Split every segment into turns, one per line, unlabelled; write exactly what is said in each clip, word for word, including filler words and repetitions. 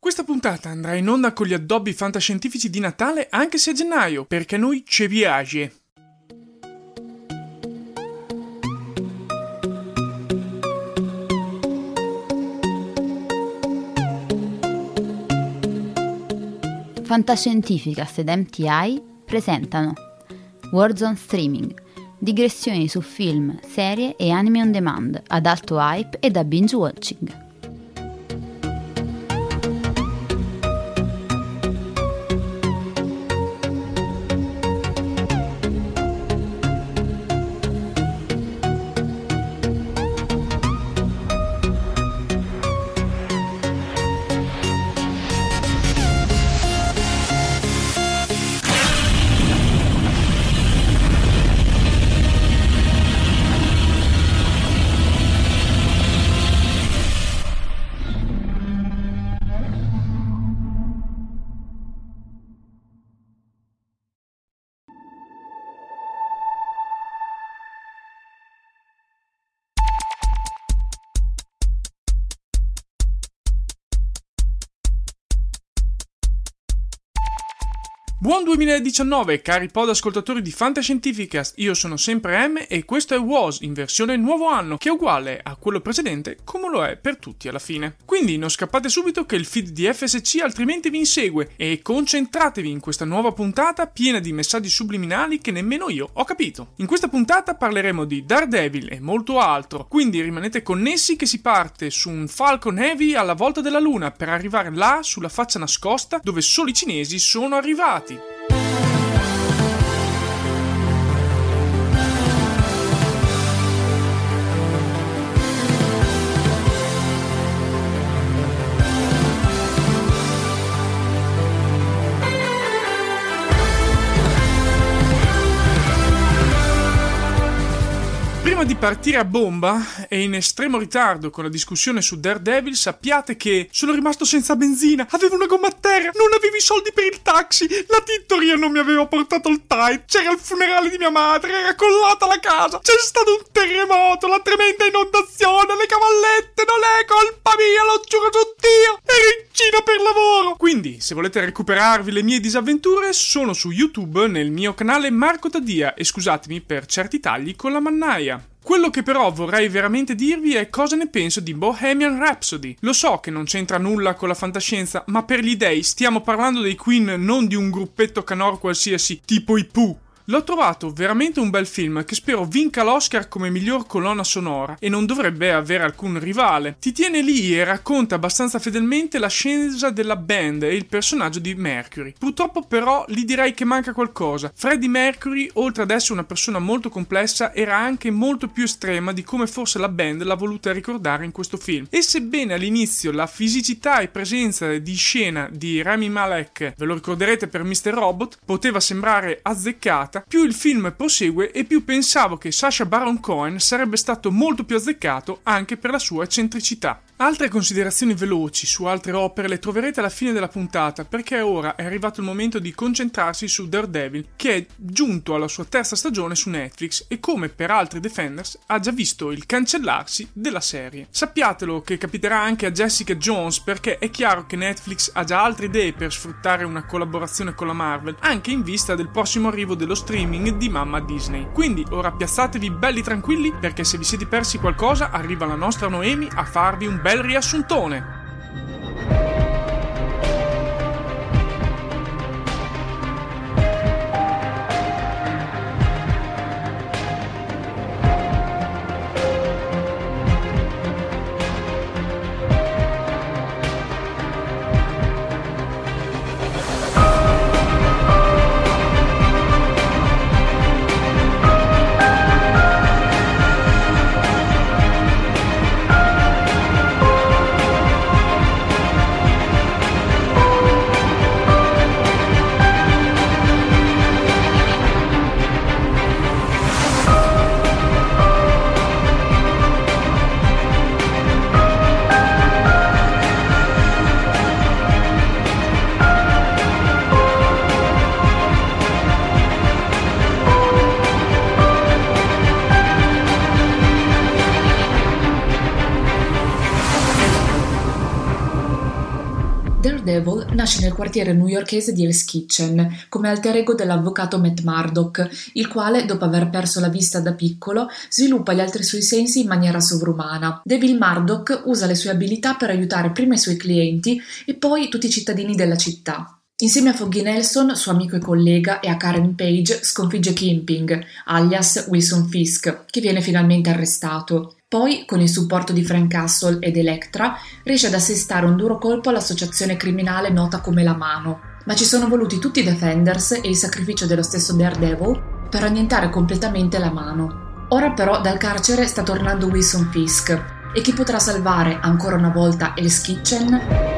Questa puntata andrà in onda con gli addobbi fantascientifici di Natale anche se a gennaio, perché a noi ci piace.
Fantascientificast ed M T I presentano Warzone Streaming, digressioni su film, serie e anime on demand ad alto hype e da binge watching.
Buon duemiladiciannove, cari pod ascoltatori di Fantascientificast, io sono sempre M e questo è W O S in versione nuovo anno, che è uguale a quello precedente come lo è per tutti alla fine. Quindi non scappate subito che il feed di F S C altrimenti vi insegue e concentratevi in questa nuova puntata piena di messaggi subliminali che nemmeno io ho capito. In questa puntata parleremo di Daredevil e molto altro, quindi rimanete connessi che si parte su un Falcon Heavy alla volta della luna per arrivare là sulla faccia nascosta dove solo i cinesi sono arrivati. Prima di partire a bomba e in estremo ritardo con la discussione su Daredevil, sappiate che sono rimasto senza benzina, avevo una gomma a terra, non avevo i soldi per il taxi, la tintoria non mi aveva portato il Tide, c'era il funerale di mia madre, era collata la casa, c'è stato un terremoto, la tremenda inondazione, le cavallette, non è colpa mia, lo giuro su Dio, ero in Cina per lavoro. Quindi, se volete recuperarvi le mie disavventure, sono su YouTube nel mio canale Marco Taddia e scusatemi per certi tagli con la mannaia. Quello che però vorrei veramente dirvi è cosa ne penso di Bohemian Rhapsody. Lo so che non c'entra nulla con la fantascienza, ma per gli dei stiamo parlando dei Queen, non di un gruppetto canor qualsiasi, tipo i Pooh. L'ho trovato veramente un bel film che spero vinca l'Oscar come miglior colonna sonora e non dovrebbe avere alcun rivale. Ti tiene lì e racconta abbastanza fedelmente l'ascesa della band e il personaggio di Mercury. Purtroppo però lì direi che manca qualcosa. Freddie Mercury, oltre ad essere una persona molto complessa, era anche molto più estrema di come forse la band l'ha voluta ricordare in questo film. E sebbene all'inizio la fisicità e presenza di scena di Rami Malek, ve lo ricorderete per mister Robot, poteva sembrare azzeccata, più il film prosegue e più pensavo che Sacha Baron Cohen sarebbe stato molto più azzeccato anche per la sua eccentricità. Altre considerazioni veloci su altre opere le troverete alla fine della puntata, perché ora è arrivato il momento di concentrarsi su Daredevil, che è giunto alla sua terza stagione su Netflix e come per altri Defenders ha già visto il cancellarsi della serie. Sappiatelo che capiterà anche a Jessica Jones, perché è chiaro che Netflix ha già altre idee per sfruttare una collaborazione con la Marvel, anche in vista del prossimo arrivo dello streaming di mamma Disney. Quindi ora piazzatevi belli tranquilli, perché se vi siete persi qualcosa arriva la nostra Noemi a farvi un bel riassuntone.
Daredevil nasce nel quartiere newyorkese di Hell's Kitchen come alter ego dell'avvocato Matt Murdock, il quale, dopo aver perso la vista da piccolo, sviluppa gli altri suoi sensi in maniera sovrumana. Devil Murdock usa le sue abilità per aiutare prima i suoi clienti e poi tutti i cittadini della città. Insieme a Foggy Nelson, suo amico e collega, e a Karen Page sconfigge Kingpin, alias Wilson Fisk, che viene finalmente arrestato. Poi, con il supporto di Frank Castle ed Elektra, riesce ad assestare un duro colpo all'associazione criminale nota come La Mano. Ma ci sono voluti tutti i Defenders e il sacrificio dello stesso Daredevil per annientare completamente La Mano. Ora però dal carcere sta tornando Wilson Fisk, e chi potrà salvare ancora una volta Hell's Kitchen?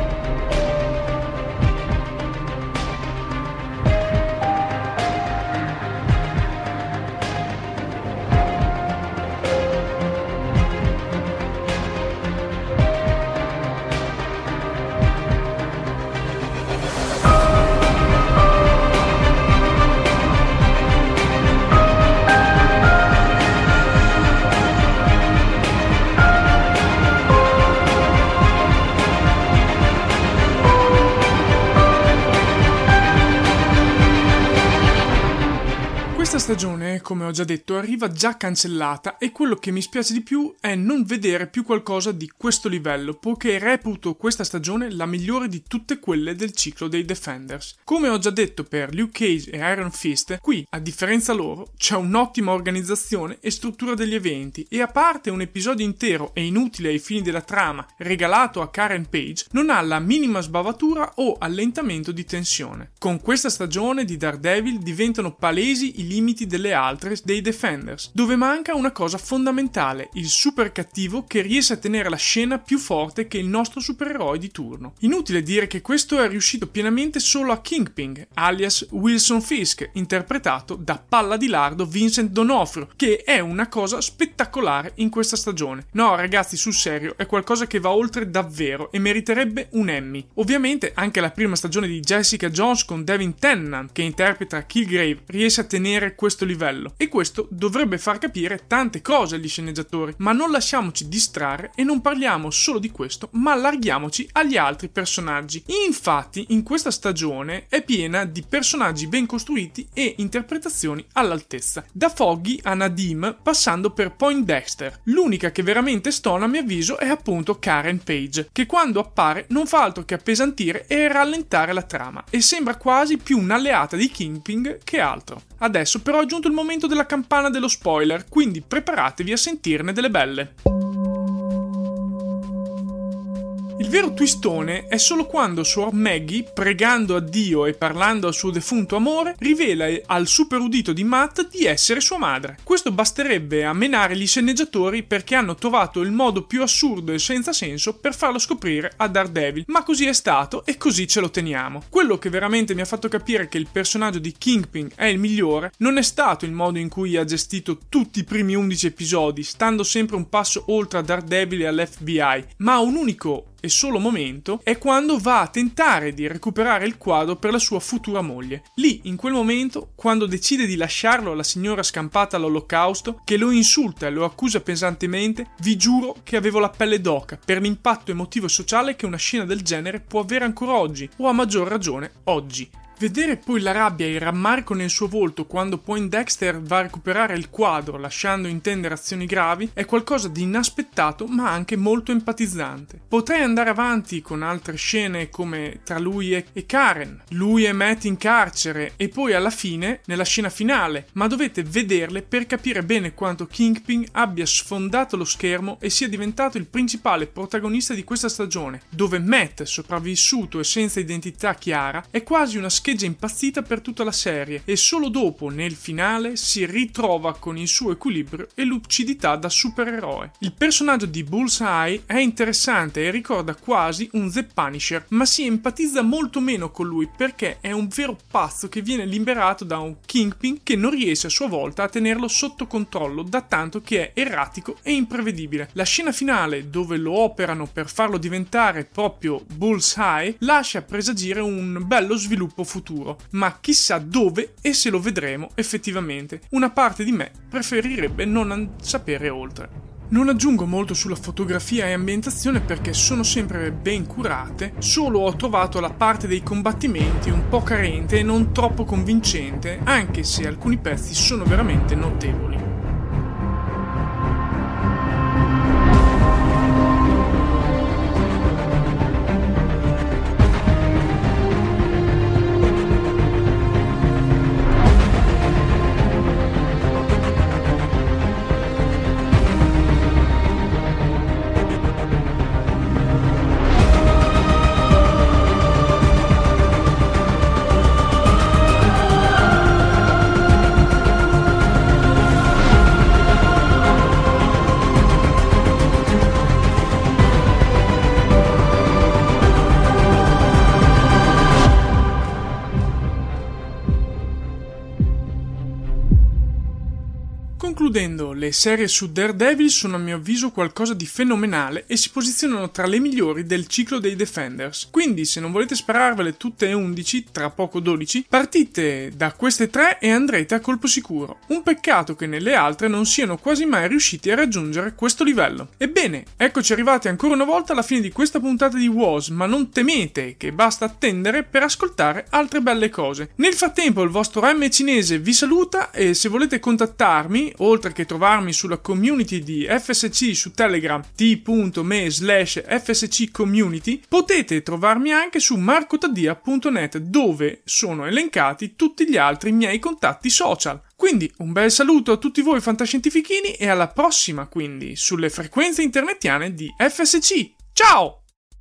Questa stagione, come ho già detto, arriva già cancellata e quello che mi spiace di più è non vedere più qualcosa di questo livello, poiché reputo questa stagione la migliore di tutte quelle del ciclo dei Defenders. Come ho già detto per Luke Cage e Iron Fist, qui, a differenza loro, c'è un'ottima organizzazione e struttura degli eventi e a parte un episodio intero e inutile ai fini della trama regalato a Karen Page, non ha la minima sbavatura o allentamento di tensione. Con questa stagione di Daredevil diventano palesi i limiti delle altre dei Defenders, dove manca una cosa fondamentale, il super cattivo che riesce a tenere la scena più forte che il nostro supereroe di turno. Inutile dire che questo è riuscito pienamente solo a Kingpin, alias Wilson Fisk, interpretato da palla di lardo Vincent D'Onofrio, che è una cosa spettacolare in questa stagione. No ragazzi, sul serio, è qualcosa che va oltre davvero e meriterebbe un Emmy. Ovviamente anche la prima stagione di Jessica Jones con Devin Tennant, che interpreta Killgrave, riesce a tenere questo livello e questo dovrebbe far capire tante cose agli sceneggiatori, ma non lasciamoci distrarre e non parliamo solo di questo, ma allarghiamoci agli altri personaggi. Infatti in questa stagione è piena di personaggi ben costruiti e interpretazioni all'altezza, da Foggy a Nadim passando per Poindexter. L'unica che veramente stona a mio avviso è appunto Karen Page, che quando appare non fa altro che appesantire e rallentare la trama e sembra quasi più un'alleata di Kingpin che altro. Adesso però è giunto il momento della campana dello spoiler, quindi preparatevi a sentirne delle belle. Il vero twistone è solo quando Suor Maggie, pregando a Dio e parlando al suo defunto amore, rivela al super udito di Matt di essere sua madre. Questo basterebbe a menare gli sceneggiatori perché hanno trovato il modo più assurdo e senza senso per farlo scoprire a Daredevil, ma così è stato e così ce lo teniamo. Quello che veramente mi ha fatto capire che il personaggio di Kingpin è il migliore non è stato il modo in cui ha gestito tutti i primi undici episodi, stando sempre un passo oltre a Daredevil e all'F B I, ma un unico e solo momento è quando va a tentare di recuperare il quadro per la sua futura moglie. Lì, in quel momento, quando decide di lasciarlo alla signora scampata all'olocausto, che lo insulta e lo accusa pesantemente, vi giuro che avevo la pelle d'oca per l'impatto emotivo e sociale che una scena del genere può avere ancora oggi, o a maggior ragione oggi. Vedere poi la rabbia e il rammarico nel suo volto quando Poindexter va a recuperare il quadro lasciando intendere azioni gravi è qualcosa di inaspettato ma anche molto empatizzante. Potrei andare avanti con altre scene come tra lui e Karen, lui e Matt in carcere e poi alla fine, nella scena finale, ma dovete vederle per capire bene quanto Kingpin abbia sfondato lo schermo e sia diventato il principale protagonista di questa stagione, dove Matt, sopravvissuto e senza identità chiara, è quasi una scheggia impazzita per tutta la serie e solo dopo, nel finale, si ritrova con il suo equilibrio e lucidità da supereroe. Il personaggio di Bullseye è interessante e ricorda quasi un The Punisher, ma si empatizza molto meno con lui perché è un vero pazzo che viene liberato da un Kingpin che non riesce a sua volta a tenerlo sotto controllo da tanto che è erratico e imprevedibile. La scena finale, dove lo operano per farlo diventare proprio Bullseye, lascia presagire un bello sviluppo futuro. futuro, ma chissà dove e se lo vedremo effettivamente. Una parte di me preferirebbe non sapere oltre. Non aggiungo molto sulla fotografia e ambientazione perché sono sempre ben curate, solo ho trovato la parte dei combattimenti un po' carente e non troppo convincente, anche se alcuni pezzi sono veramente notevoli. Concludendo, le serie su Daredevil sono a mio avviso qualcosa di fenomenale e si posizionano tra le migliori del ciclo dei Defenders. Quindi, se non volete spararvele tutte e undici, tra poco dodici, partite da queste tre e andrete a colpo sicuro. Un peccato che nelle altre non siano quasi mai riusciti a raggiungere questo livello. Ebbene, eccoci arrivati ancora una volta alla fine di questa puntata di W O S, ma non temete che basta attendere per ascoltare altre belle cose. Nel frattempo il vostro M cinese vi saluta e se volete contattarmi, oltre che trovarmi sulla community di F S C su Telegram t.me slash fsccommunity, potete trovarmi anche su marcotaddia punto net dove sono elencati tutti gli altri miei contatti social. Quindi un bel saluto a tutti voi fantascientifichini e alla prossima quindi sulle frequenze internetiane di F S C. Ciao!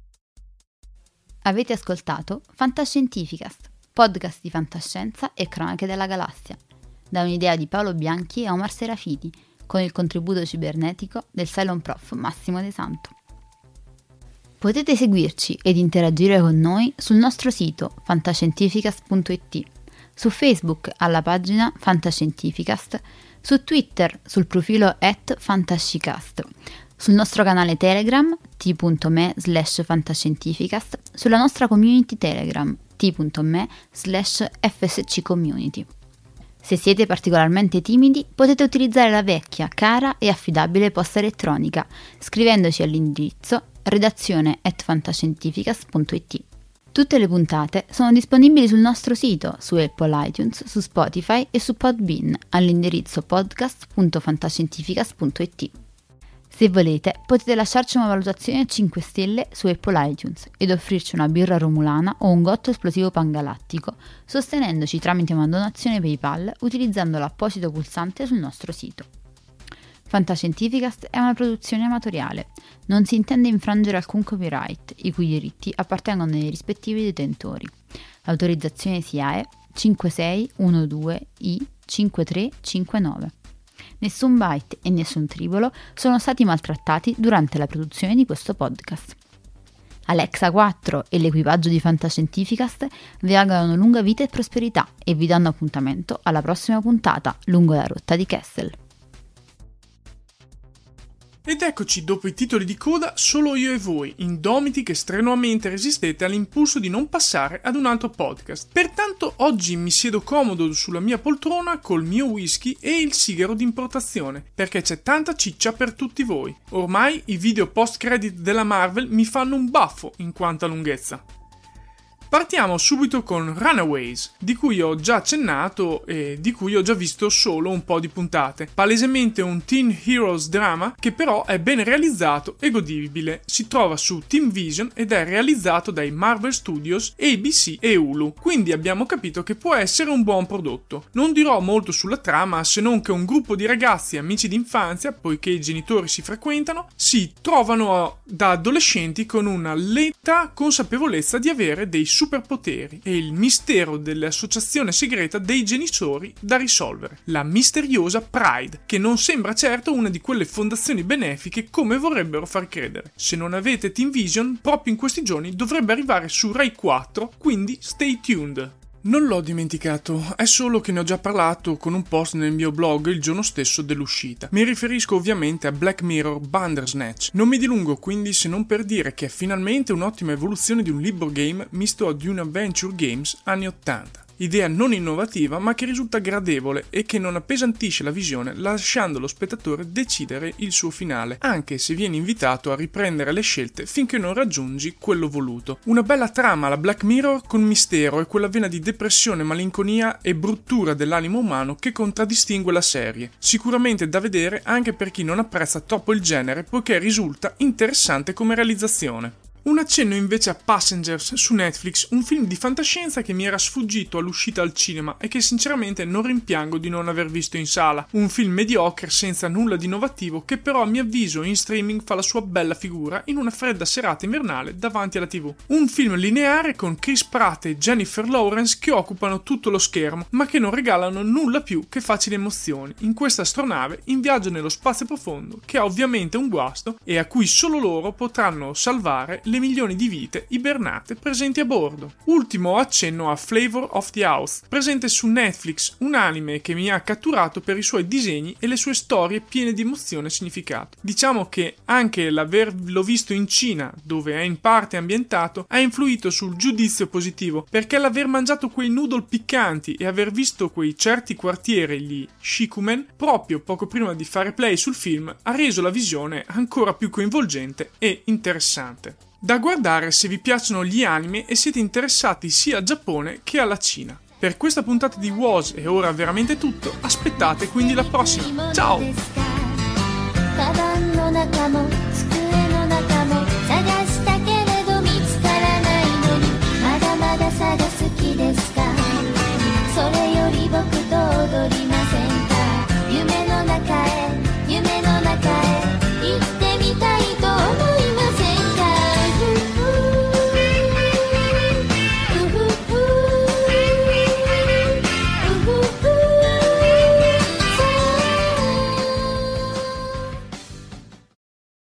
Avete ascoltato Fantascientificast, podcast di fantascienza e cronache della galassia, da un'idea di Paolo Bianchi e Omar Serafiti, con il contributo cibernetico del Cylon Prof Massimo De Santo. Potete seguirci ed interagire con noi sul nostro sito fantascientificast punto it, su Facebook alla pagina Fantascientificast, su Twitter sul profilo at fantascicast, sul nostro canale Telegram t.me slash fantascientificast, sulla nostra community Telegram t.me slash fsccommunity. Se siete particolarmente timidi, potete utilizzare la vecchia, cara e affidabile posta elettronica, scrivendoci all'indirizzo redazione at fantascientificast punto it. Tutte le puntate sono disponibili sul nostro sito, su Apple iTunes, su Spotify e su Podbean, all'indirizzo podcast punto fantascientificast punto it. Se volete, potete lasciarci una valutazione a cinque stelle su Apple iTunes ed offrirci una birra romulana o un gotto esplosivo pangalattico, sostenendoci tramite una donazione PayPal utilizzando l'apposito pulsante sul nostro sito. Fantascientificast è una produzione amatoriale, non si intende infrangere alcun copyright, i cui diritti appartengono ai rispettivi detentori. L'autorizzazione S I A E cinque sei uno due I cinque tre cinque nove. Nessun byte e nessun tribolo sono stati maltrattati durante la produzione di questo podcast. Alexa quattro e l'equipaggio di Fantascientificast vi augurano lunga vita e prosperità e vi danno appuntamento alla prossima puntata lungo la rotta di Kessel.
Ed eccoci dopo i titoli di coda solo io e voi, indomiti che strenuamente resistete all'impulso di non passare ad un altro podcast. Pertanto oggi mi siedo comodo sulla mia poltrona col mio whisky e il sigaro d'importazione, perché c'è tanta ciccia per tutti voi. Ormai i video post-credit della Marvel mi fanno un baffo in quanto a lunghezza. Partiamo subito con Runaways, di cui ho già accennato e di cui ho già visto solo un po' di puntate. Palesemente un teen heroes drama che però è ben realizzato e godibile. Si trova su Team Vision ed è realizzato dai Marvel Studios, A B C e Hulu, quindi abbiamo capito che può essere un buon prodotto. Non dirò molto sulla trama se non che un gruppo di ragazzi amici d'infanzia, poiché i genitori si frequentano, si trovano da adolescenti con una lenta consapevolezza di avere dei superpoteri e il mistero dell'associazione segreta dei genitori da risolvere, la misteriosa Pride, che non sembra certo una di quelle fondazioni benefiche come vorrebbero far credere. Se non avete Team Vision, proprio in questi giorni dovrebbe arrivare su Rai quattro, quindi stay tuned. Non l'ho dimenticato, è solo che ne ho già parlato con un post nel mio blog il giorno stesso dell'uscita. Mi riferisco ovviamente a Black Mirror Bandersnatch. Non mi dilungo quindi se non per dire che è finalmente un'ottima evoluzione di un libro game misto ad un adventure games anni ottanta. idea non innovativa ma che risulta gradevole e che non appesantisce la visione, lasciando lo spettatore decidere il suo finale, anche se viene invitato a riprendere le scelte finché non raggiungi quello voluto. Una bella trama alla Black Mirror con mistero e quella vena di depressione, malinconia e bruttura dell'animo umano che contraddistingue la serie. Sicuramente da vedere anche per chi non apprezza troppo il genere, poiché risulta interessante come realizzazione. Un accenno invece a Passengers su Netflix, un film di fantascienza che mi era sfuggito all'uscita al cinema e che sinceramente non rimpiango di non aver visto in sala. Un film mediocre senza nulla di innovativo che però a mio avviso in streaming fa la sua bella figura in una fredda serata invernale davanti alla tivù. Un film lineare con Chris Pratt e Jennifer Lawrence che occupano tutto lo schermo ma che non regalano nulla più che facili emozioni in questa astronave in viaggio nello spazio profondo che ha ovviamente un guasto e a cui solo loro potranno salvare le milioni di vite ibernate presenti a bordo. Ultimo accenno a Flavor of the House, presente su Netflix, un anime che mi ha catturato per i suoi disegni e le sue storie piene di emozione e significato. Diciamo che anche l'averlo visto in Cina, dove è in parte ambientato, ha influito sul giudizio positivo, perché l'aver mangiato quei noodle piccanti e aver visto quei certi quartieri, gli shikumen, proprio poco prima di fare play sul film, ha reso la visione ancora più coinvolgente e interessante. Da guardare se vi piacciono gli anime e siete interessati sia al Giappone che alla Cina. Per questa puntata di W O S è ora veramente tutto, aspettate quindi la prossima. Ciao!